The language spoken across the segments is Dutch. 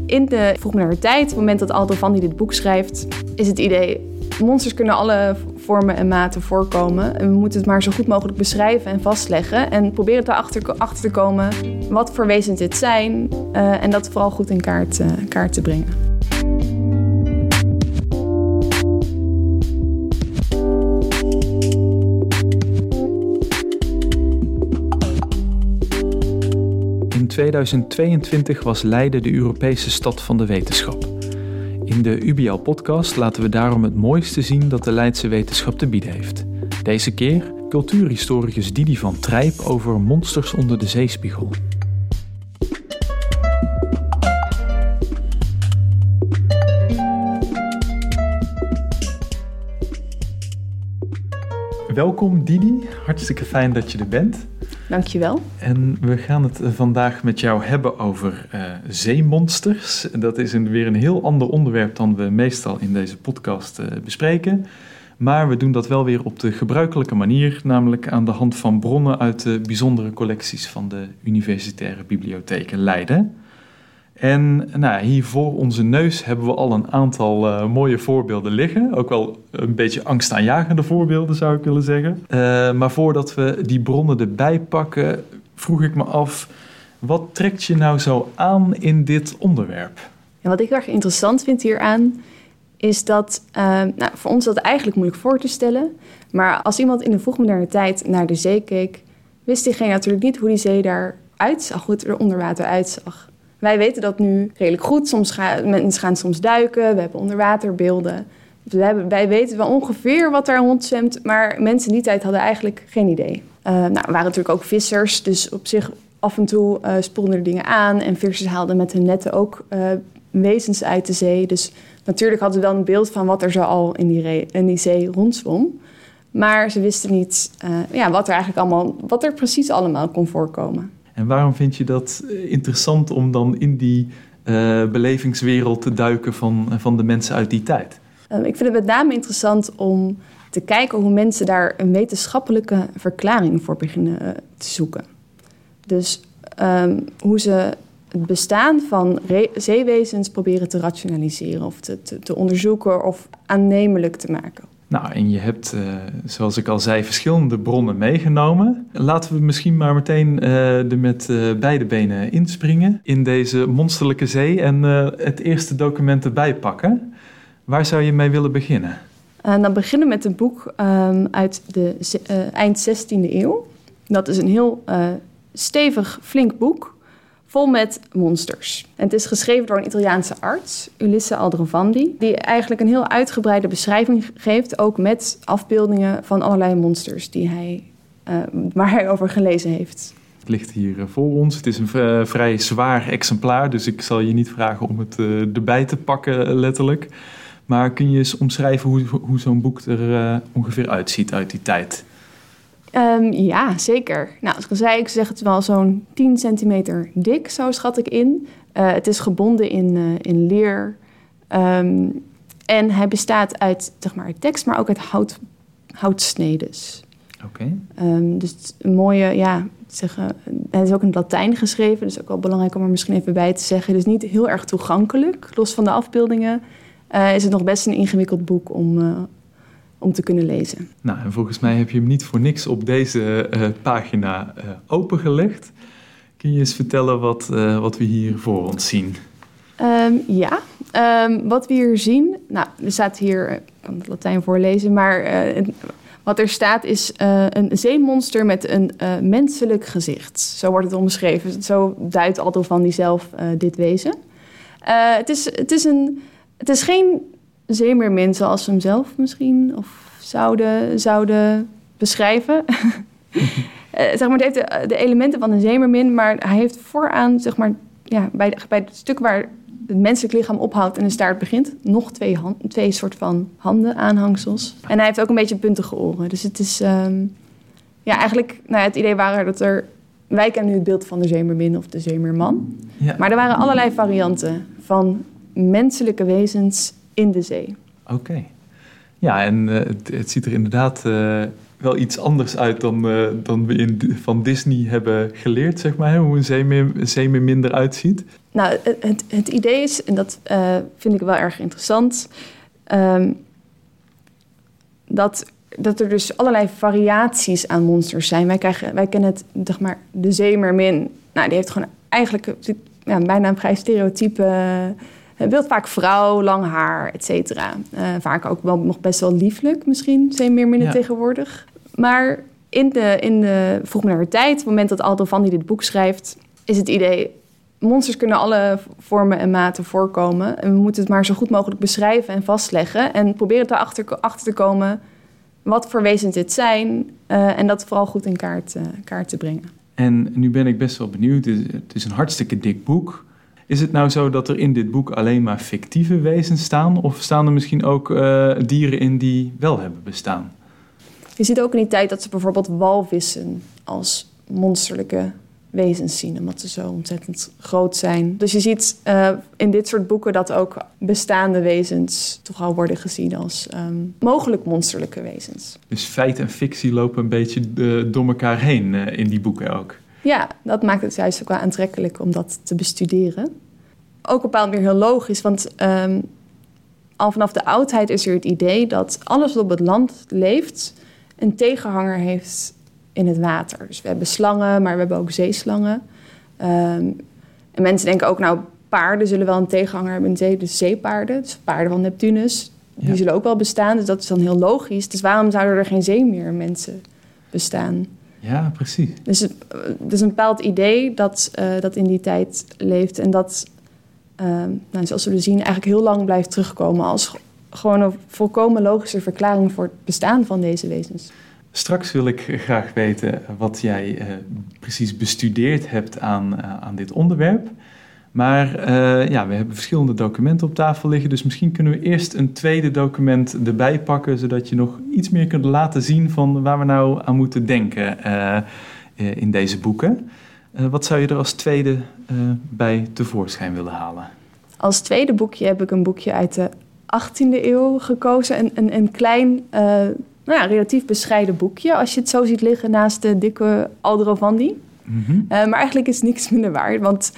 in de vroegmoderne tijd, op het moment dat Aldrovandi dit boek schrijft, is het idee, monsters kunnen alle vormen en maten voorkomen. En we moeten het maar zo goed mogelijk beschrijven en vastleggen. En proberen erachter te komen wat voor wezens dit zijn. En dat vooral goed in kaart te brengen. In 2022 was Leiden de Europese stad van de wetenschap. In de UBL-podcast laten we daarom het mooiste zien dat de Leidse wetenschap te bieden heeft. Deze keer cultuurhistoricus Didi van Trijp over monsters onder de zeespiegel. Welkom Didi, hartstikke fijn dat je er bent. Dankjewel. En we gaan het vandaag met jou hebben over zeemonsters. Dat is weer een heel ander onderwerp dan we meestal in deze podcast bespreken. Maar we doen dat wel weer op de gebruikelijke manier, namelijk aan de hand van bronnen uit de bijzondere collecties van de Universitaire Bibliotheek in Leiden. En hier voor onze neus hebben we al een aantal mooie voorbeelden liggen. Ook wel een beetje angstaanjagende voorbeelden zou ik willen zeggen. Maar voordat we die bronnen erbij pakken, vroeg ik me af, wat trekt je nou zo aan in dit onderwerp? Ja, wat ik erg interessant vind hieraan is dat, voor ons is dat eigenlijk moeilijk voor te stellen. Maar als iemand in de vroegmoderne tijd naar de zee keek, wist diegene natuurlijk niet hoe die zee daaruit zag, hoe het er onder water uitzag. Wij weten dat nu redelijk goed. Mensen gaan soms duiken, we hebben onderwaterbeelden. Wij weten wel ongeveer wat daar rondzwemt, maar mensen in die tijd hadden eigenlijk geen idee. Er waren natuurlijk ook vissers, dus op zich af en toe spoelden er dingen aan. En vissers haalden met hun netten ook wezens uit de zee. Dus natuurlijk hadden we wel een beeld van wat er zo al in die zee rondzwom. Maar ze wisten niet wat er precies allemaal kon voorkomen. En waarom vind je dat interessant om dan in die belevingswereld te duiken van de mensen uit die tijd? Ik vind het met name interessant om te kijken hoe mensen daar een wetenschappelijke verklaring voor beginnen te zoeken. Dus hoe ze het bestaan van zeewezens proberen te rationaliseren of te onderzoeken of aannemelijk te maken. Nou, en je hebt, zoals ik al zei, verschillende bronnen meegenomen. Laten we misschien maar meteen er met beide benen inspringen in deze monsterlijke zee en het eerste document erbij pakken. Waar zou je mee willen beginnen? Dan beginnen we met een boek uit de eind 16e eeuw. Dat is een heel stevig, flink boek, vol met monsters. En het is geschreven door een Italiaanse arts, Ulisse Aldrovandi, die eigenlijk een heel uitgebreide beschrijving geeft, ook met afbeeldingen van allerlei monsters waar hij over gelezen heeft. Het ligt hier voor ons. Het is een vrij zwaar exemplaar, dus ik zal je niet vragen om het erbij te pakken, letterlijk. Maar kun je eens omschrijven hoe zo'n boek er ongeveer uitziet uit die tijd? Ja, zeker. Nou, als ik al zei, ik zeg het wel zo'n 10 centimeter dik, zo schat ik in. Het is gebonden in leer. En hij bestaat uit tekst, maar ook uit houtsnedes. Oké. Dus een mooie, hij is ook in het Latijn geschreven, dus ook wel belangrijk om er misschien even bij te zeggen. Dus niet heel erg toegankelijk. Los van de afbeeldingen is het nog best een ingewikkeld boek om te kunnen lezen. Nou, en volgens mij heb je hem niet voor niks op deze pagina opengelegd. Kun je eens vertellen wat we hier voor ons zien? Wat we hier zien... Nou, er staat hier... Ik kan het Latijn voorlezen, maar wat er staat is een zeemonster met een menselijk gezicht. Zo wordt het omschreven. Zo duidt Aldrovandi zelf dit wezen. Het is geen zeemeermin zoals we hem zelf misschien of zouden beschrijven. Het heeft de elementen van een zeemeermin, maar hij heeft vooraan, bij het stuk waar het menselijk lichaam ophoudt en de staart begint, nog twee soort van handen, aanhangsels. En hij heeft ook een beetje puntige oren. Dus het is eigenlijk, het idee waren dat wij kennen nu het beeld van de zeemeermin of de zeemeerman. Ja. Maar er waren allerlei varianten van menselijke wezens in de zee. Oké. Ja, en het ziet er inderdaad wel iets anders uit dan we van Disney hebben geleerd, zeg maar, hoe een zeemeermin eruit ziet. Nou, het idee is, en dat vind ik wel erg interessant, dat er dus allerlei variaties aan monsters zijn. Wij kennen het, zeg maar, de zeemeermin. Nou, die heeft gewoon eigenlijk bijna een vrij stereotype beeld. Vaak vrouw, lang haar, et cetera. Vaak ook wel nog best wel lieflijk misschien, zeemeerminnen tegenwoordig. Maar in de vroegmoderne tijd, op het moment dat Aldrovandi dit boek schrijft, is het idee, monsters kunnen alle vormen en maten voorkomen. En we moeten het maar zo goed mogelijk beschrijven en vastleggen. En proberen erachter te komen wat voor wezens dit zijn. En dat vooral goed in kaart te brengen. En nu ben ik best wel benieuwd. Het is een hartstikke dik boek. Is het nou zo dat er in dit boek alleen maar fictieve wezens staan? Of staan er misschien ook dieren in die wel hebben bestaan? Je ziet ook in die tijd dat ze bijvoorbeeld walvissen als monsterlijke wezens zien, omdat ze zo ontzettend groot zijn. Dus je ziet in dit soort boeken dat ook bestaande wezens toch al worden gezien als mogelijk monsterlijke wezens. Dus feit en fictie lopen een beetje door elkaar heen in die boeken ook. Ja, dat maakt het juist ook wel aantrekkelijk om dat te bestuderen. Ook op een bepaald manier heel logisch, want al vanaf de oudheid is er het idee dat alles wat op het land leeft een tegenhanger heeft in het water. Dus we hebben slangen, maar we hebben ook zeeslangen. En mensen denken ook, nou, paarden zullen wel een tegenhanger hebben in de zee. Dus zeepaarden, dus paarden van Neptunus, die zullen ook wel bestaan. Dus dat is dan heel logisch. Dus waarom zouden er geen zeemeermensen bestaan? Ja, precies. Dus het is een bepaald idee dat in die tijd leeft. En dat, zoals we zien, eigenlijk heel lang blijft terugkomen als gewoon een volkomen logische verklaring voor het bestaan van deze wezens. Straks wil ik graag weten wat jij precies bestudeerd hebt aan dit onderwerp. Maar we hebben verschillende documenten op tafel liggen. Dus misschien kunnen we eerst een tweede document erbij pakken, zodat je nog iets meer kunt laten zien van waar we nou aan moeten denken in deze boeken. Wat zou je er als tweede bij tevoorschijn willen halen? Als tweede boekje heb ik een boekje uit de 18e eeuw gekozen. Een klein, relatief bescheiden boekje, als je het zo ziet liggen naast de dikke Aldrovandi. Mm-hmm. Maar eigenlijk is het niks minder waard, want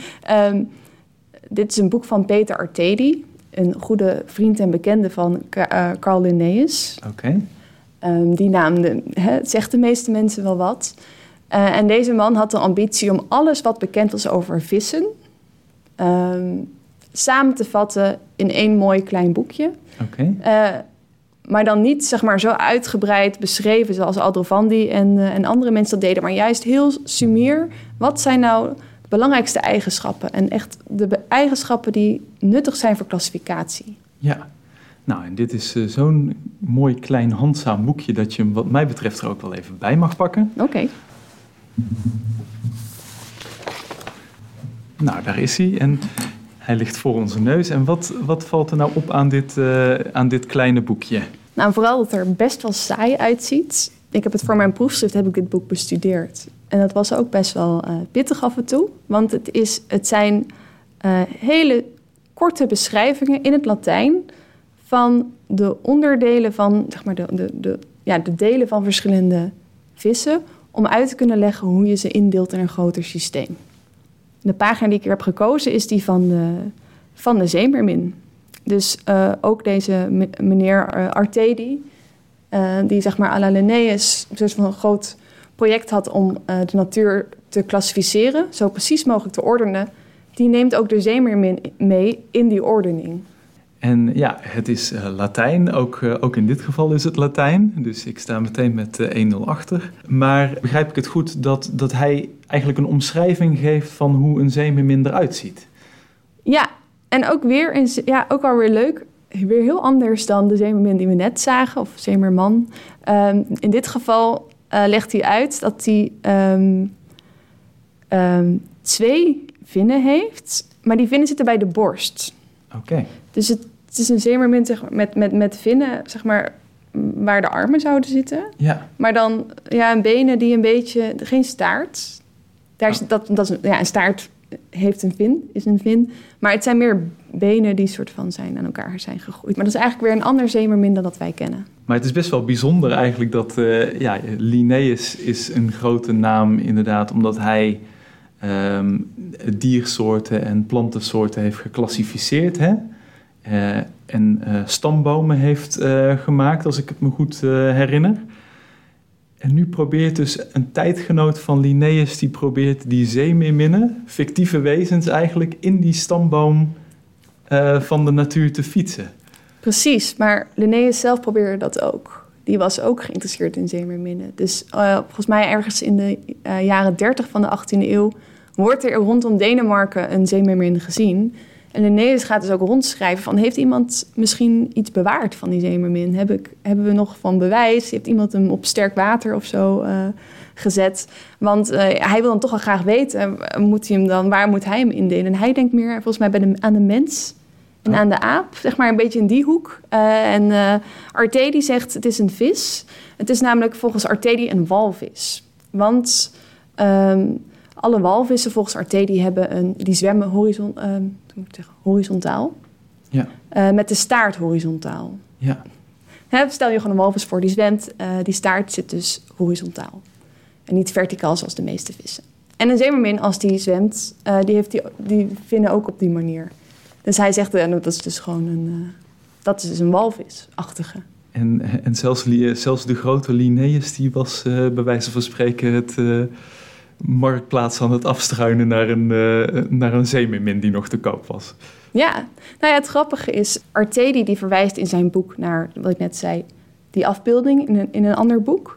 dit is een boek van Peter Artedi, een goede vriend en bekende van Carl Linnaeus. Okay. Die naam zegt de meeste mensen wel wat. En deze man had de ambitie om alles wat bekend was over vissen samen te vatten in één mooi klein boekje. Okay. Maar dan niet, zeg maar, zo uitgebreid beschreven zoals Aldrovandi en andere mensen dat deden, maar juist heel sumier. Wat zijn nou de belangrijkste eigenschappen? En echt de eigenschappen die nuttig zijn voor klassificatie. Ja, nou, en dit is zo'n mooi klein handzaam boekje dat je hem wat mij betreft er ook wel even bij mag pakken. Oké. Nou, daar is hij. En hij ligt voor onze neus. En wat valt er nou op aan dit kleine boekje? Nou, vooral dat er best wel saai uitziet. Ik heb het voor mijn proefschrift heb ik dit boek bestudeerd. En dat was ook best wel pittig af en toe. Want het zijn hele korte beschrijvingen in het Latijn van de onderdelen van, zeg maar, de delen van verschillende vissen, om uit te kunnen leggen hoe je ze indeelt in een groter systeem. De pagina die ik hier heb gekozen is die van de zeemeermin. Dus ook deze meneer Artedi, die, zeg maar, à la Linnaeus een soort van een groot project had om de natuur te klassificeren, zo precies mogelijk te ordenen, die neemt ook de zeemeermin mee in die ordening. En ja, het is Latijn, ook in dit geval is het Latijn, dus ik sta meteen met 1-0 achter. Maar begrijp ik het goed dat hij eigenlijk een omschrijving geeft van hoe een zeemeermin eruit ziet? Ja, en ook ook wel weer leuk, weer heel anders dan de zeemeermin die we net zagen, of zeemeerman. In dit geval legt hij uit dat hij 2 vinnen heeft, maar die vinnen zitten bij de borst. Oké. Dus het is een zeemeermin, zeg maar, met vinnen, zeg maar, waar de armen zouden zitten. Ja. Maar dan benen die een beetje, geen staart. Daar is, dat is een staart heeft een vin, is een vin. Maar het zijn meer benen die soort van aan elkaar zijn gegroeid. Maar dat is eigenlijk weer een ander zeemeermin dan dat wij kennen. Maar het is best wel bijzonder eigenlijk dat Linnaeus is een grote naam inderdaad, omdat hij diersoorten en plantensoorten heeft geclassificeerd, hè? En stambomen heeft gemaakt, als ik het me goed herinner. En nu probeert dus een tijdgenoot van Linnaeus, die probeert die zeemeerminnen, fictieve wezens eigenlijk, in die stamboom van de natuur te fietsen. Precies, maar Linnaeus zelf probeerde dat ook. Die was ook geïnteresseerd in zeemeerminnen. Dus volgens mij ergens in de jaren 30 van de 18e eeuw wordt er rondom Denemarken een zeemeermin gezien. En Linnaeus gaat dus ook rondschrijven van, heeft iemand misschien iets bewaard van die zeemeermin? Hebben we nog van bewijs? Heeft iemand hem op sterk water of zo gezet? Want hij wil dan toch wel graag weten, waar moet hij hem indelen? En hij denkt meer volgens mij aan de mens en aan de aap, zeg maar een beetje in die hoek. Artedi die zegt, het is een vis. Het is namelijk volgens Artedi een walvis. Want alle walvissen volgens Artedi die zwemmen horizontaal. Ja. Met de staart horizontaal. Ja. Stel je gewoon een walvis voor die zwemt. Die staart zit dus horizontaal. En niet verticaal zoals de meeste vissen. En een zeemeermin, als die zwemt, die vinden ook op die manier. Dus hij zegt, dat is dus gewoon dat is dus een walvisachtige. En zelfs de grote Linnaeus, die was bij wijze van spreken het marktplaats aan het afstruinen naar een zeemeermin die nog te koop was. Ja, nou ja, het grappige is, Artedi die verwijst in zijn boek naar, wat ik net zei, die afbeelding in een ander boek.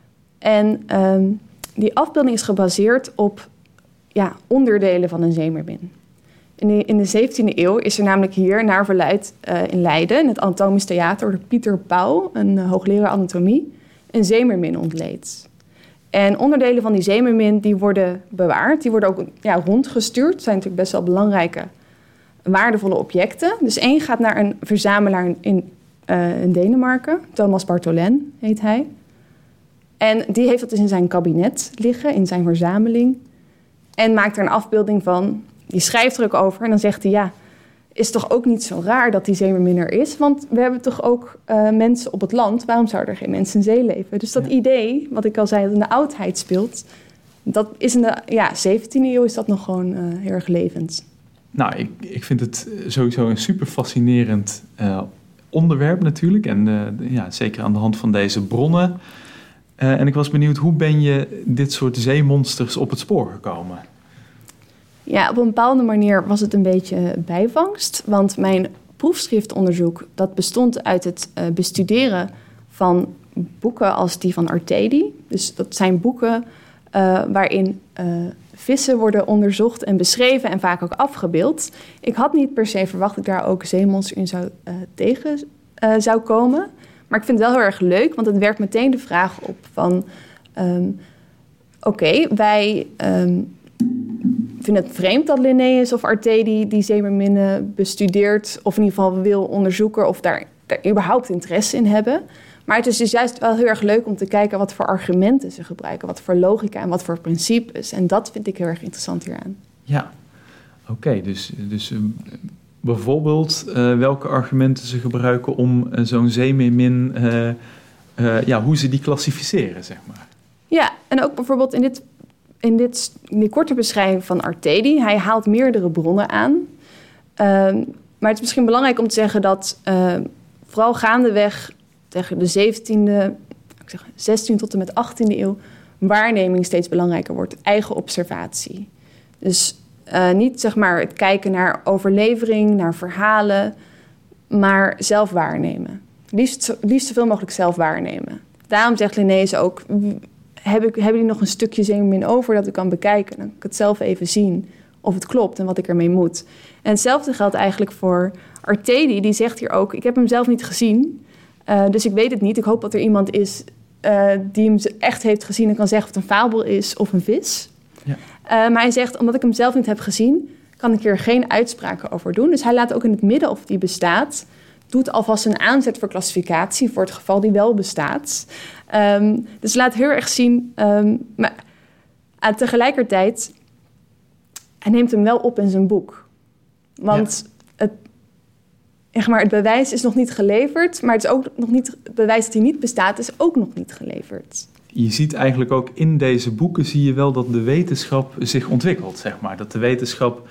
En die afbeelding is gebaseerd op onderdelen van een zeemeermin. In de 17e eeuw is er namelijk hier naar verluidt in Leiden, in het Anatomisch Theater, door Pieter Pauw, een hoogleraar anatomie, een zeemeermin ontleed. En onderdelen van die zeemeermin die worden bewaard. Die worden ook rondgestuurd. Dat zijn natuurlijk best wel belangrijke, waardevolle objecten. Dus één gaat naar een verzamelaar in Denemarken. Thomas Bartholin heet hij. En die heeft dat dus in zijn kabinet liggen, in zijn verzameling. En maakt er een afbeelding van. Die schrijft er ook over. En dan zegt hij, is toch ook niet zo raar dat die zeemeermin er is? Want we hebben toch ook mensen op het land. Waarom zouden er geen mensen in zee leven? Dus dat idee, wat ik al zei, dat in de oudheid speelt, dat is in de 17e eeuw is dat nog gewoon heel erg levend. Nou, ik vind het sowieso een super fascinerend onderwerp natuurlijk. En zeker aan de hand van deze bronnen. En ik was benieuwd, hoe ben je dit soort zeemonsters op het spoor gekomen? Ja, op een bepaalde manier was het een beetje bijvangst. Want mijn proefschriftonderzoek dat bestond uit het bestuderen van boeken als die van Artedi. Dus dat zijn boeken waarin vissen worden onderzocht en beschreven en vaak ook afgebeeld. Ik had niet per se verwacht dat ik daar ook zeemonster in tegen zou komen. Maar ik vind het wel heel erg leuk, want het werpt meteen de vraag op van wij vinden het vreemd dat Linnaeus of Artedi die zeemeerminnen bestudeert, of in ieder geval wil onderzoeken of daar überhaupt interesse in hebben. Maar het is dus juist wel heel erg leuk om te kijken wat voor argumenten ze gebruiken, wat voor logica en wat voor principes. En dat vind ik heel erg interessant hieraan. Ja, oké. Dus bijvoorbeeld welke argumenten ze gebruiken om zo'n zeemeermin, hoe ze die klassificeren, zeg maar. Ja, en ook bijvoorbeeld in die korte beschrijving van Artedi, hij haalt meerdere bronnen aan. Maar het is misschien belangrijk om te zeggen dat vooral gaandeweg tegen de 16e tot en met 18e eeuw waarneming steeds belangrijker wordt. Eigen observatie. Dus niet zeg maar het kijken naar overlevering, naar verhalen, maar zelf waarnemen. Liefst zoveel mogelijk zelf waarnemen. Daarom zegt Linnaeus ook, hebben jullie nog een stukje zeemeermin over dat ik kan bekijken? Dan kan ik het zelf even zien of het klopt en wat ik ermee moet. En hetzelfde geldt eigenlijk voor Artedi. Die zegt hier ook, ik heb hem zelf niet gezien, dus ik weet het niet. Ik hoop dat er iemand is die hem echt heeft gezien en kan zeggen of het een fabel is of een vis. Ja. Maar hij zegt, omdat ik hem zelf niet heb gezien, kan ik hier geen uitspraken over doen. Dus hij laat ook in het midden of die bestaat. Doet alvast een aanzet voor klassificatie voor het geval die wel bestaat. Dus laat heel erg zien. Maar tegelijkertijd, hij neemt hem wel op in zijn boek. Want het bewijs is nog niet geleverd, maar het is ook nog niet, het bewijs dat hij niet bestaat is ook nog niet geleverd. Je ziet eigenlijk ook in deze boeken zie je wel dat de wetenschap zich ontwikkelt, zeg maar. Dat de wetenschap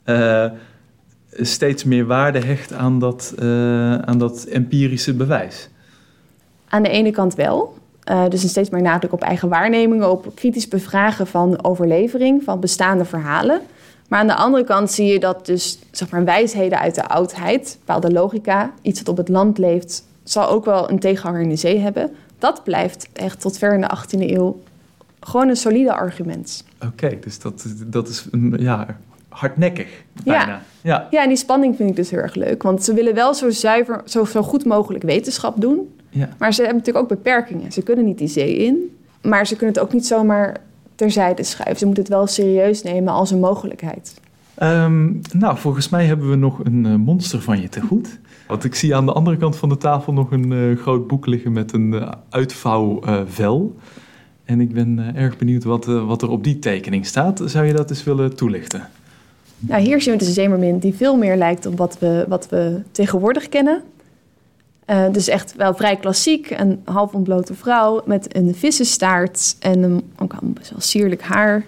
steeds meer waarde hecht aan dat empirische bewijs. Aan de ene kant wel. Dus een steeds meer nadruk op eigen waarnemingen, op kritisch bevragen van overlevering, van bestaande verhalen. Maar aan de andere kant zie je dat dus zeg maar wijsheden uit de oudheid, bepaalde logica, iets dat op het land leeft, zal ook wel een tegenhanger in de zee hebben. Dat blijft echt tot ver in de 18e eeuw gewoon een solide argument. Oké, dus dat is hardnekkig bijna. Ja, en die spanning vind ik dus heel erg leuk. Want ze willen wel zo zuiver, zo goed mogelijk wetenschap doen. Ja. Maar ze hebben natuurlijk ook beperkingen. Ze kunnen niet die zee in, maar ze kunnen het ook niet zomaar terzijde schuiven. Ze moeten het wel serieus nemen als een mogelijkheid. Volgens mij hebben we nog een monster van je te goed. Want ik zie aan de andere kant van de tafel nog een groot boek liggen met een uitvouwvel. En ik ben erg benieuwd wat er op die tekening staat. Zou je dat eens willen toelichten? Nou, hier zien we dus een zeemermin die veel meer lijkt op wat we tegenwoordig kennen. Dus echt wel vrij klassiek. Een half ontblote vrouw met een vissenstaart en ook best wel sierlijk haar.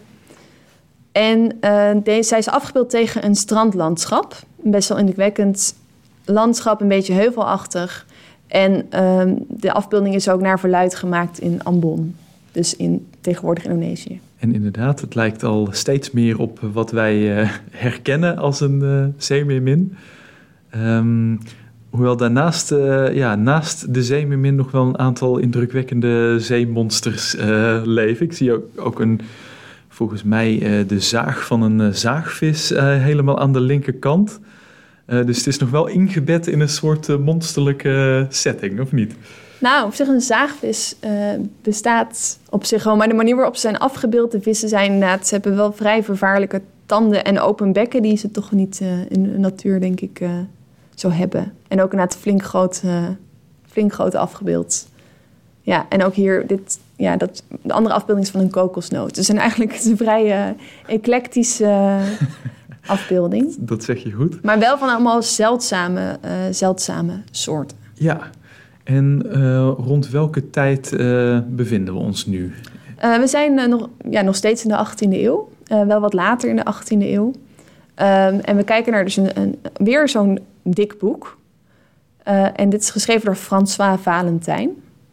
En zij is afgebeeld tegen een strandlandschap. Een best wel indrukwekkend landschap, een beetje heuvelachtig. En de afbeelding is ook naar verluidt gemaakt in Ambon. Dus tegenwoordig Indonesië. En inderdaad, het lijkt al steeds meer op wat wij herkennen als een zeemeermin. Hoewel daarnaast, naast de zeemeermin nog wel een aantal indrukwekkende zeemonsters leven. Ik zie ook volgens mij de zaag van een zaagvis helemaal aan de linkerkant. Dus het is nog wel ingebed in een soort monsterlijke setting, of niet? Nou, op zich een zaagvis bestaat op zich gewoon. Maar de manier waarop ze zijn afgebeeld, de vissen zijn inderdaad, ze hebben wel vrij vervaarlijke tanden en open bekken die ze toch niet in de natuur, denk ik, zo hebben. En ook inderdaad flink groot afgebeeld. Ja, en ook hier, de andere afbeelding is van een kokosnoot. Dus eigenlijk een vrij eclectische afbeelding. Dat zeg je goed. Maar wel van allemaal zeldzame soorten. Ja, en rond welke tijd bevinden we ons nu? We zijn nog steeds in de 18e eeuw. Wel wat later in de 18e eeuw. En we kijken naar dus weer zo'n dik boek. En dit is geschreven door François Valentijn.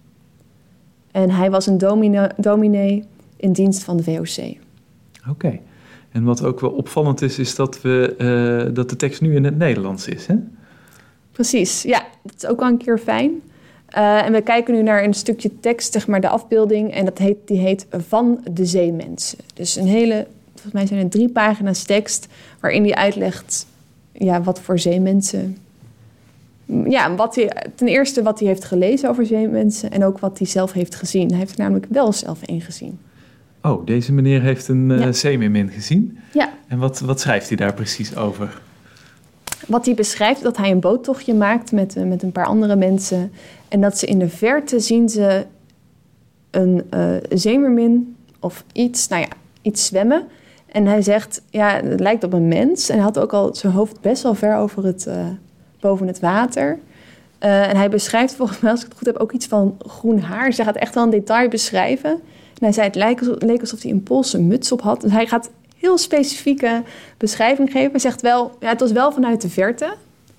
En hij was een dominee in dienst van de VOC. Oké. En wat ook wel opvallend is dat de tekst nu in het Nederlands is, hè? Precies, ja. Dat is ook wel een keer fijn. En we kijken nu naar een stukje tekst, zeg maar de afbeelding. En die heet Van de Zeemensen. Dus volgens mij zijn er 3 pagina's tekst waarin hij uitlegt wat voor zeemensen. Ja, ten eerste wat hij heeft gelezen over zeemensen en ook wat hij zelf heeft gezien. Hij heeft er namelijk wel zelf één gezien. Oh, deze meneer heeft een zeemeermin gezien? Ja. En wat schrijft hij daar precies over? Wat hij beschrijft, dat hij een boottochtje maakt met een paar andere mensen. En dat ze in de verte zien ze een zeemeermin of iets zwemmen. En hij zegt, het lijkt op een mens. En hij had ook al zijn hoofd best wel ver boven het water. En hij beschrijft volgens mij, als ik het goed heb, ook iets van groen haar. Dus hij gaat echt wel een detail beschrijven. En hij zei, het leek alsof hij een Poolse muts op had. Dus hij gaat heel specifieke beschrijving geven. Hij zegt wel, het was wel vanuit de verte.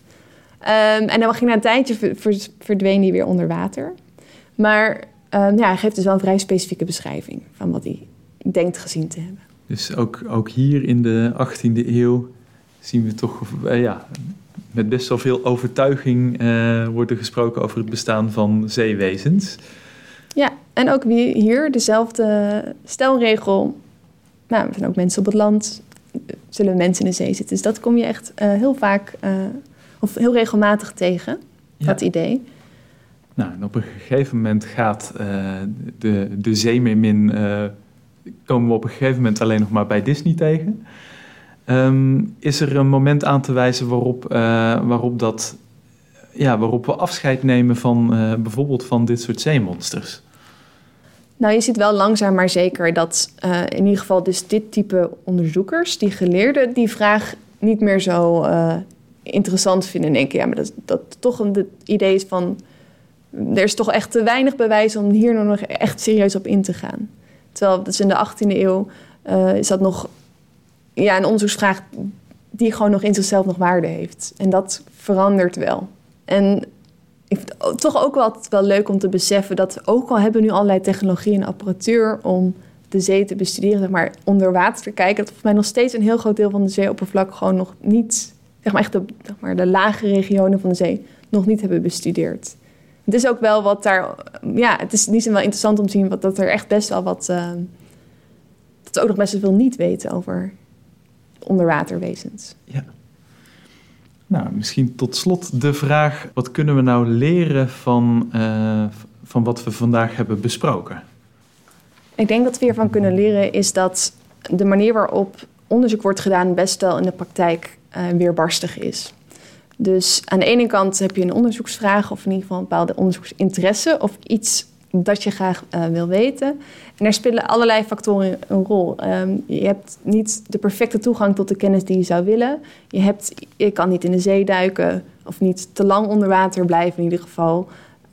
En dan ging na een tijdje verdween hij weer onder water. Maar hij geeft dus wel een vrij specifieke beschrijving van wat hij denkt gezien te hebben. Dus ook hier in de 18e eeuw zien we toch met best wel veel overtuiging wordt er gesproken over het bestaan van zeewezens. Ja, en ook hier dezelfde stelregel. Nou, er zijn ook mensen op het land, zullen mensen in de zee zitten. Dus dat kom je echt heel vaak of heel regelmatig tegen, dat idee. Nou, en op een gegeven moment gaat de zeemeermin komen we op een gegeven moment alleen nog maar bij Disney tegen. Is er een moment aan te wijzen waarop we afscheid nemen van bijvoorbeeld van dit soort zeemonsters? Nou, je ziet wel langzaam maar zeker dat in ieder geval dus dit type onderzoekers, die geleerden, die vraag niet meer zo interessant vinden. En denken, ja, maar dat toch het idee is van, er is toch echt te weinig bewijs om hier nog echt serieus op in te gaan. Terwijl dus in de 18e eeuw is dat nog een onderzoeksvraag die gewoon nog in zichzelf nog waarde heeft. En dat verandert wel. En ik vind het toch ook wel leuk om te beseffen dat ook al hebben we nu allerlei technologie en apparatuur om de zee te bestuderen, zeg maar onder water te kijken, dat volgens mij nog steeds een heel groot deel van de zeeoppervlak gewoon nog niet, zeg maar echt de lage regionen van de zee nog niet hebben bestudeerd. Het is ook wel wat daar, het is in die zin wel interessant om te zien dat er echt best wel wat, dat we ook nog best wel veel niet weten over onderwaterwezens. Ja. Nou, misschien tot slot de vraag, wat kunnen we nou leren van wat we vandaag hebben besproken? Ik denk dat we hiervan kunnen leren is dat de manier waarop onderzoek wordt gedaan best wel in de praktijk weerbarstig is. Dus aan de ene kant heb je een onderzoeksvraag of in ieder geval een bepaalde onderzoeksinteresse of iets dat je graag wil weten. En er spelen allerlei factoren een rol. Je hebt niet de perfecte toegang tot de kennis die je zou willen. Je kan niet in de zee duiken of niet te lang onder water blijven in ieder geval.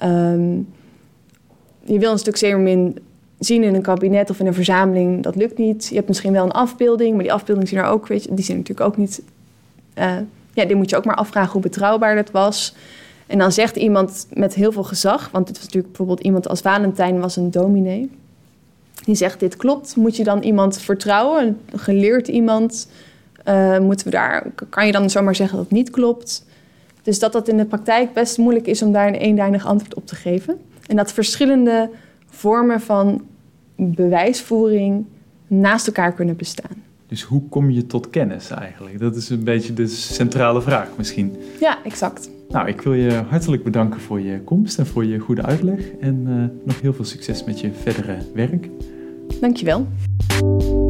Je wil een stuk zeemermin zien in een kabinet of in een verzameling. Dat lukt niet. Je hebt misschien wel een afbeelding, maar die afbeeldingen zien er ook, die zijn natuurlijk ook niet. Die moet je ook maar afvragen hoe betrouwbaar dat was. En dan zegt iemand met heel veel gezag, want dit was natuurlijk bijvoorbeeld iemand als Valentijn was een dominee. Die zegt dit klopt. Moet je dan iemand vertrouwen? Een geleerd iemand? Kan je dan zomaar zeggen dat het niet klopt? Dus dat in de praktijk best moeilijk is om daar een eenduidig antwoord op te geven. En dat verschillende vormen van bewijsvoering naast elkaar kunnen bestaan. Dus hoe kom je tot kennis eigenlijk? Dat is een beetje de centrale vraag misschien. Ja, exact. Nou, ik wil je hartelijk bedanken voor je komst en voor je goede uitleg. En nog heel veel succes met je verdere werk. Dankjewel.